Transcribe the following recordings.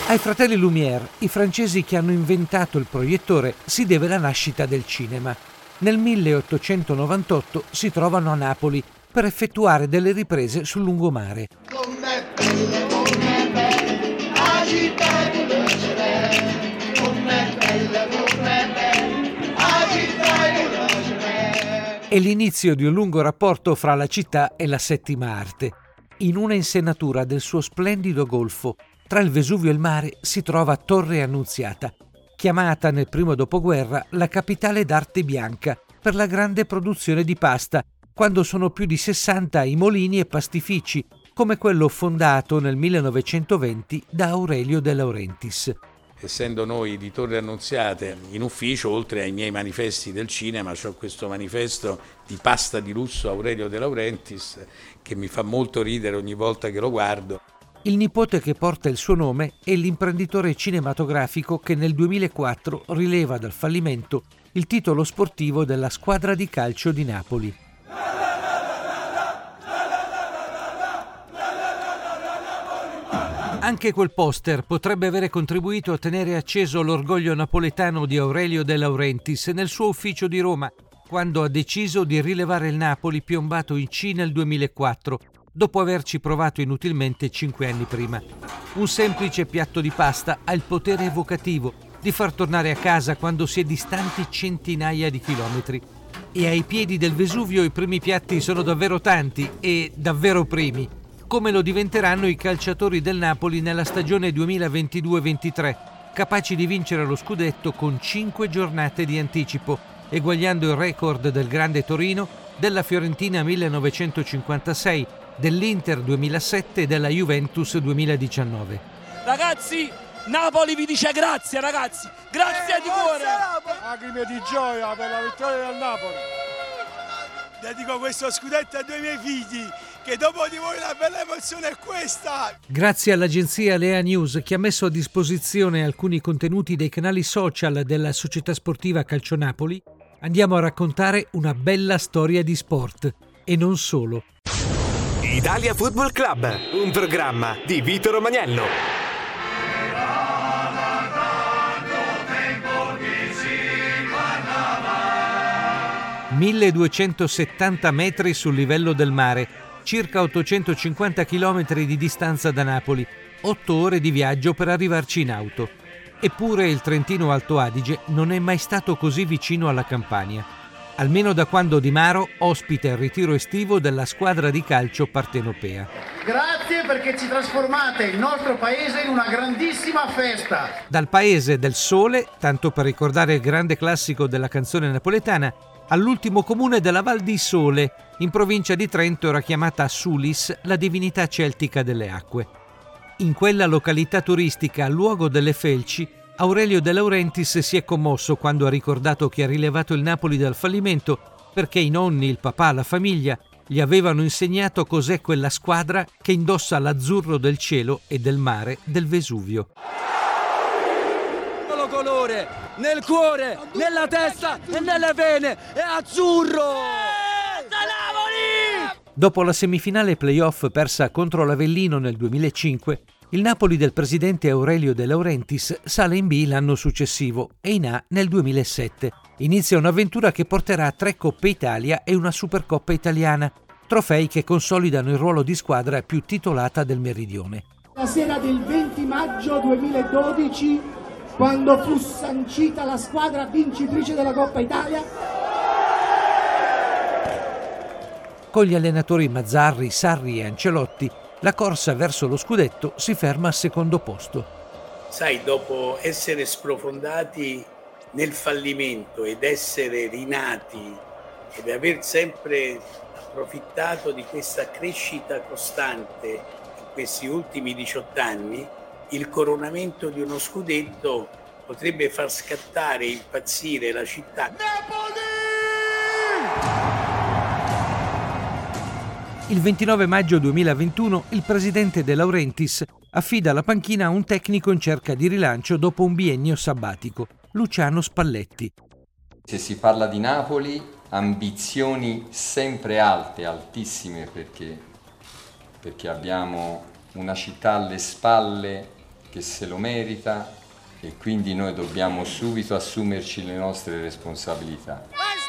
Ai fratelli Lumière, i francesi che hanno inventato il proiettore, si deve la nascita del cinema. Nel 1898 si trovano a Napoli per effettuare delle riprese sul lungomare. È l'inizio di un lungo rapporto fra la città e la settima arte. In una insenatura del suo splendido golfo, tra il Vesuvio e il mare, si trova Torre Annunziata, chiamata nel primo dopoguerra la capitale d'arte bianca per la grande produzione di pasta, quando sono più di 60 i molini e pastifici, come quello fondato nel 1920 da Aurelio De Laurentiis. Essendo noi di Torre Annunziate in ufficio, oltre ai miei manifesti del cinema, c'ho questo manifesto di pasta di lusso Aurelio De Laurentiis che mi fa molto ridere ogni volta che lo guardo. Il nipote che porta il suo nome è l'imprenditore cinematografico che nel 2004 rileva dal fallimento il titolo sportivo della squadra di calcio di Napoli. Anche quel poster potrebbe avere contribuito a tenere acceso l'orgoglio napoletano di Aurelio De Laurentiis nel suo ufficio di Roma, quando ha deciso di rilevare il Napoli piombato in C nel 2004, dopo averci provato inutilmente 5 anni prima. Un semplice piatto di pasta ha il potere evocativo di far tornare a casa quando si è distanti centinaia di chilometri. E ai piedi del Vesuvio i primi piatti sono davvero tanti e davvero primi, come lo diventeranno i calciatori del Napoli nella stagione 2022-23, capaci di vincere lo scudetto con 5 giornate di anticipo, eguagliando il record del Grande Torino, della Fiorentina 1956, dell'Inter 2007 e della Juventus 2019. Ragazzi, Napoli vi dice grazie, ragazzi, grazie di cuore. Lacrime di gioia per la vittoria del Napoli. Dedico questo scudetto a 2 miei figli, che dopo di voi la bella emozione è questa. Grazie all'agenzia Lea News che ha messo a disposizione alcuni contenuti dei canali social della società sportiva Calcio Napoli, andiamo a raccontare una bella storia di sport e non solo. Italia Football Club, un programma di Vito Romagnello. 1270 metri sul livello del mare, circa 850 chilometri di distanza da Napoli, 8 ore di viaggio per arrivarci in auto. Eppure il Trentino Alto Adige non è mai stato così vicino alla Campania, almeno da quando Di Maro ospita il ritiro estivo della squadra di calcio partenopea. Grazie perché ci trasformate il nostro paese in una grandissima festa. Dal paese del sole, tanto per ricordare il grande classico della canzone napoletana, all'ultimo comune della Val di Sole, in provincia di Trento era chiamata Sulis, la divinità celtica delle acque. In quella località turistica, luogo delle felci, Aurelio De Laurentiis si è commosso quando ha ricordato che ha rilevato il Napoli dal fallimento perché i nonni, il papà, la famiglia gli avevano insegnato cos'è quella squadra che indossa l'azzurro del cielo e del mare del Vesuvio. Colore, nel cuore, nella testa e nelle vene, è azzurro! Dopo la semifinale playoff persa contro l'Avellino nel 2005, il Napoli del presidente Aurelio De Laurentiis sale in B l'anno successivo e in A nel 2007. Inizia un'avventura che porterà a 3 Coppe Italia e una Supercoppa italiana, trofei che consolidano il ruolo di squadra più titolata del Meridione. La sera del 20 maggio 2012, quando fu sancita la squadra vincitrice della Coppa Italia, con gli allenatori Mazzarri, Sarri e Ancelotti, la corsa verso lo scudetto si ferma al secondo posto. Sai, dopo essere sprofondati nel fallimento ed essere rinati ed aver sempre approfittato di questa crescita costante in questi ultimi 18 anni, il coronamento di uno scudetto potrebbe far scattare e impazzire la città. Napoli! Il 29 maggio 2021 il presidente De Laurentiis affida la panchina a un tecnico in cerca di rilancio dopo un biennio sabbatico, Luciano Spalletti. Se si parla di Napoli, ambizioni sempre alte, altissime, perché abbiamo una città alle spalle che se lo merita e quindi noi dobbiamo subito assumerci le nostre responsabilità.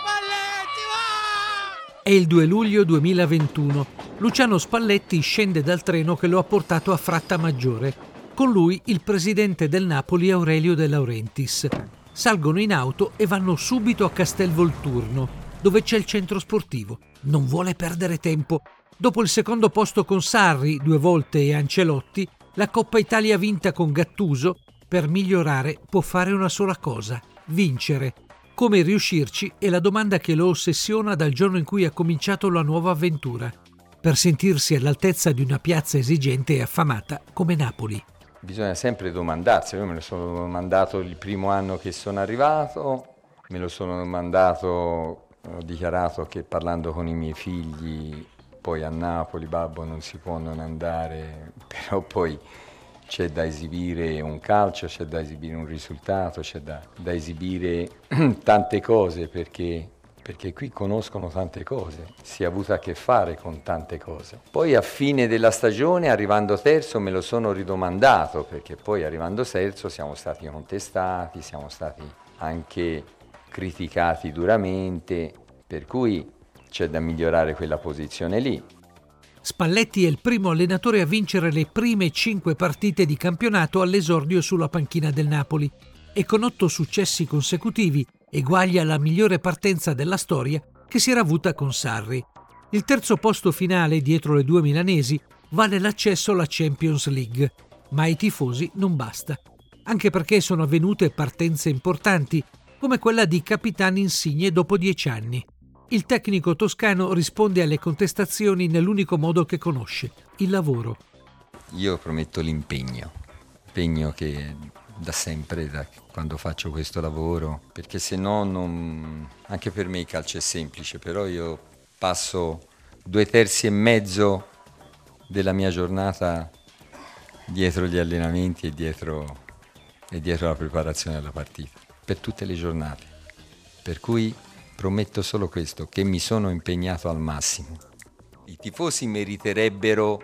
È il 2 luglio 2021. Luciano Spalletti scende dal treno che lo ha portato a Frattamaggiore. Con lui il presidente del Napoli Aurelio De Laurentiis. Salgono in auto e vanno subito a Castelvolturno, dove c'è il centro sportivo. Non vuole perdere tempo. Dopo il secondo posto con Sarri 2 volte e Ancelotti, la Coppa Italia vinta con Gattuso, per migliorare può fare una sola cosa: vincere. Come riuscirci è la domanda che lo ossessiona dal giorno in cui ha cominciato la nuova avventura, per sentirsi all'altezza di una piazza esigente e affamata come Napoli. Bisogna sempre domandarsi, io me lo sono domandato il primo anno che sono arrivato, me lo sono domandato, ho dichiarato che parlando con i miei figli, poi a Napoli, babbo non si può non andare, però poi c'è da esibire un calcio, c'è da esibire un risultato, c'è da esibire tante cose perché qui conoscono tante cose, si è avuto a che fare con tante cose. Poi a fine della stagione, arrivando terzo, me lo sono ridomandato, perché poi arrivando terzo siamo stati contestati, siamo stati anche criticati duramente, per cui c'è da migliorare quella posizione lì. Spalletti è il primo allenatore a vincere le prime 5 partite di campionato all'esordio sulla panchina del Napoli e con 8 successi consecutivi eguaglia la migliore partenza della storia che si era avuta con Sarri. Il terzo posto finale dietro le 2 milanesi vale l'accesso alla Champions League, ma ai tifosi non basta, anche perché sono avvenute partenze importanti come quella di Capitani Insigne dopo 10 anni. Il tecnico toscano risponde alle contestazioni nell'unico modo che conosce, il lavoro. Io prometto l'impegno che da sempre, da quando faccio questo lavoro, perché se no non... anche per me il calcio è semplice, però io passo 2/3 della mia giornata dietro gli allenamenti e dietro la preparazione della partita, per tutte le giornate, per cui prometto solo questo, che mi sono impegnato al massimo. I tifosi meriterebbero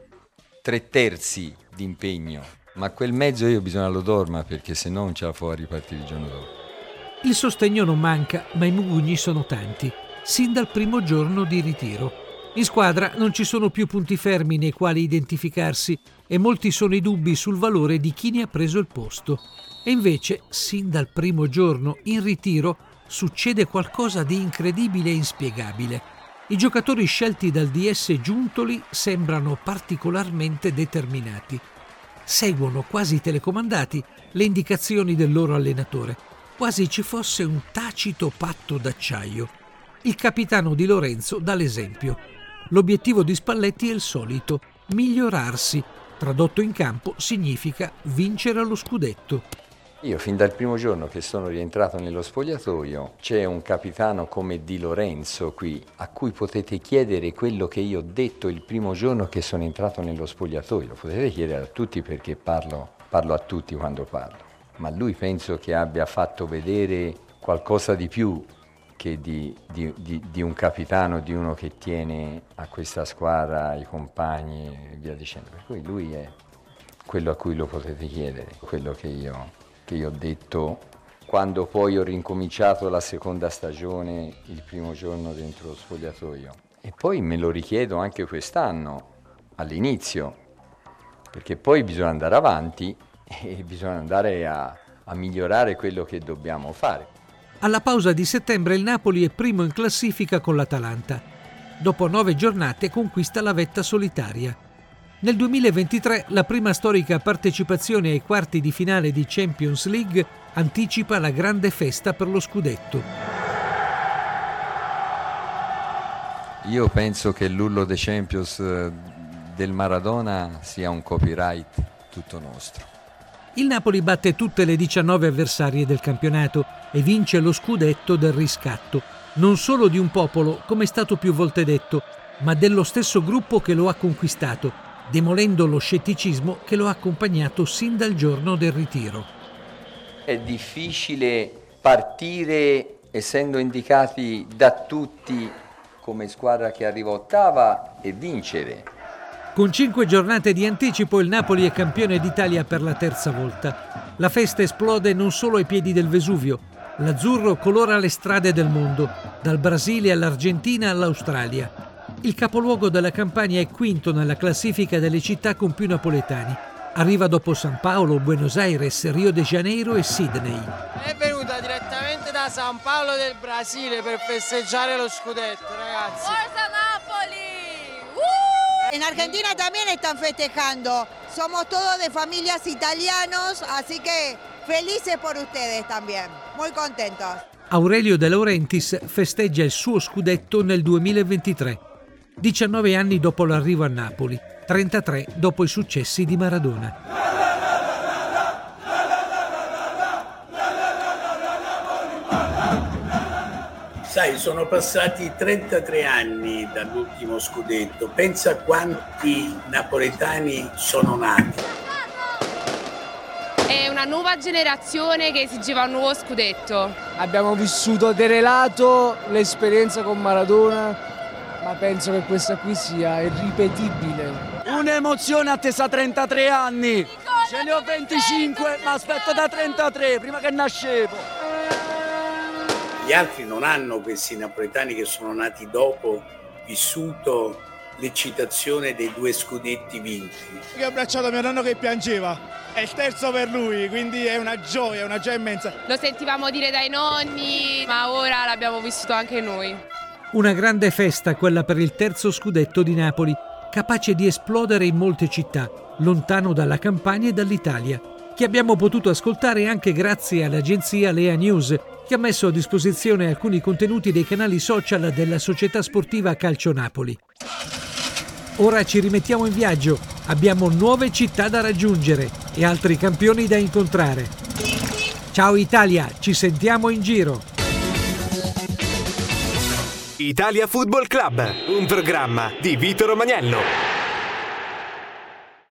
3/3 di impegno, ma quel mezzo io bisogna lo dorma, perché se no non ce la fa ripartire il giorno dopo. Il sostegno non manca, ma i mugugni sono tanti, sin dal primo giorno di ritiro. In squadra non ci sono più punti fermi nei quali identificarsi e molti sono i dubbi sul valore di chi ne ha preso il posto. E invece, sin dal primo giorno in ritiro, succede qualcosa di incredibile e inspiegabile. I giocatori scelti dal DS Giuntoli sembrano particolarmente determinati. Seguono quasi telecomandati le indicazioni del loro allenatore, quasi ci fosse un tacito patto d'acciaio. Il capitano Di Lorenzo dà l'esempio. L'obiettivo di Spalletti è il solito: migliorarsi. Tradotto in campo significa vincere allo scudetto. Io fin dal primo giorno che sono rientrato nello spogliatoio c'è un capitano come Di Lorenzo qui, a cui potete chiedere quello che io ho detto il primo giorno che sono entrato nello spogliatoio. Lo potete chiedere a tutti, perché parlo a tutti quando parlo, ma lui penso che abbia fatto vedere qualcosa di più che di un capitano, di uno che tiene a questa squadra, ai compagni e via dicendo. Per cui lui è quello a cui lo potete chiedere, quello che io ho detto quando poi ho rincominciato la seconda stagione il primo giorno dentro lo spogliatoio. E poi me lo richiedo anche quest'anno, all'inizio, perché poi bisogna andare avanti e bisogna andare a migliorare quello che dobbiamo fare. Alla pausa di settembre il Napoli è primo in classifica con l'Atalanta. Dopo 9 giornate conquista la vetta solitaria. Nel 2023 la prima storica partecipazione ai quarti di finale di Champions League anticipa la grande festa per lo scudetto. Io penso che l'urlo dei Champions del Maradona sia un copyright tutto nostro. Il Napoli batte tutte le 19 avversarie del campionato e vince lo scudetto del riscatto, non solo di un popolo, come è stato più volte detto, ma dello stesso gruppo che lo ha conquistato, demolendo lo scetticismo che lo ha accompagnato sin dal giorno del ritiro. È difficile partire essendo indicati da tutti come squadra che arriva ottava e vincere. Con 5 giornate di anticipo il Napoli è campione d'Italia per la terza volta. La festa esplode non solo ai piedi del Vesuvio. L'azzurro colora le strade del mondo, dal Brasile all'Argentina all'Australia. Il capoluogo della Campania è quinto nella classifica delle città con più napoletani. Arriva dopo San Paolo, Buenos Aires, Rio de Janeiro e Sydney. È venuta direttamente da San Paolo del Brasile per festeggiare lo scudetto, ragazzi. Forza Napoli! En Argentina también están festejando. Somos todos de familias italianos, así que felices por ustedes también. Muy contentos. Aurelio De Laurentiis festeggia il suo scudetto nel 2023. 19 anni dopo l'arrivo a Napoli, 33 dopo i successi di Maradona. Sai, sono passati 33 anni dall'ultimo scudetto. Pensa quanti napoletani sono nati. È una nuova generazione che esigeva un nuovo scudetto. Abbiamo vissuto derelato l'esperienza con Maradona, ma penso che questa qui sia irripetibile. Un'emozione attesa 33 anni. Ce ne ho 25, ma aspetto da 33, prima che nascevo. Gli altri non hanno, questi napoletani che sono nati dopo, vissuto l'eccitazione dei 2 scudetti vinti. Io ho abbracciato mio nonno che piangeva, è il terzo per lui, quindi è una gioia immensa. Lo sentivamo dire dai nonni, ma ora l'abbiamo vissuto anche noi. Una grande festa quella per il terzo scudetto di Napoli, capace di esplodere in molte città, lontano dalla Campania e dall'Italia, che abbiamo potuto ascoltare anche grazie all'agenzia Lea News, che ha messo a disposizione alcuni contenuti dei canali social della società sportiva Calcio Napoli. Ora ci rimettiamo in viaggio, abbiamo nuove città da raggiungere e altri campioni da incontrare. Ciao Italia, ci sentiamo in giro! Italia Football Club, un programma di Vito Romagnello.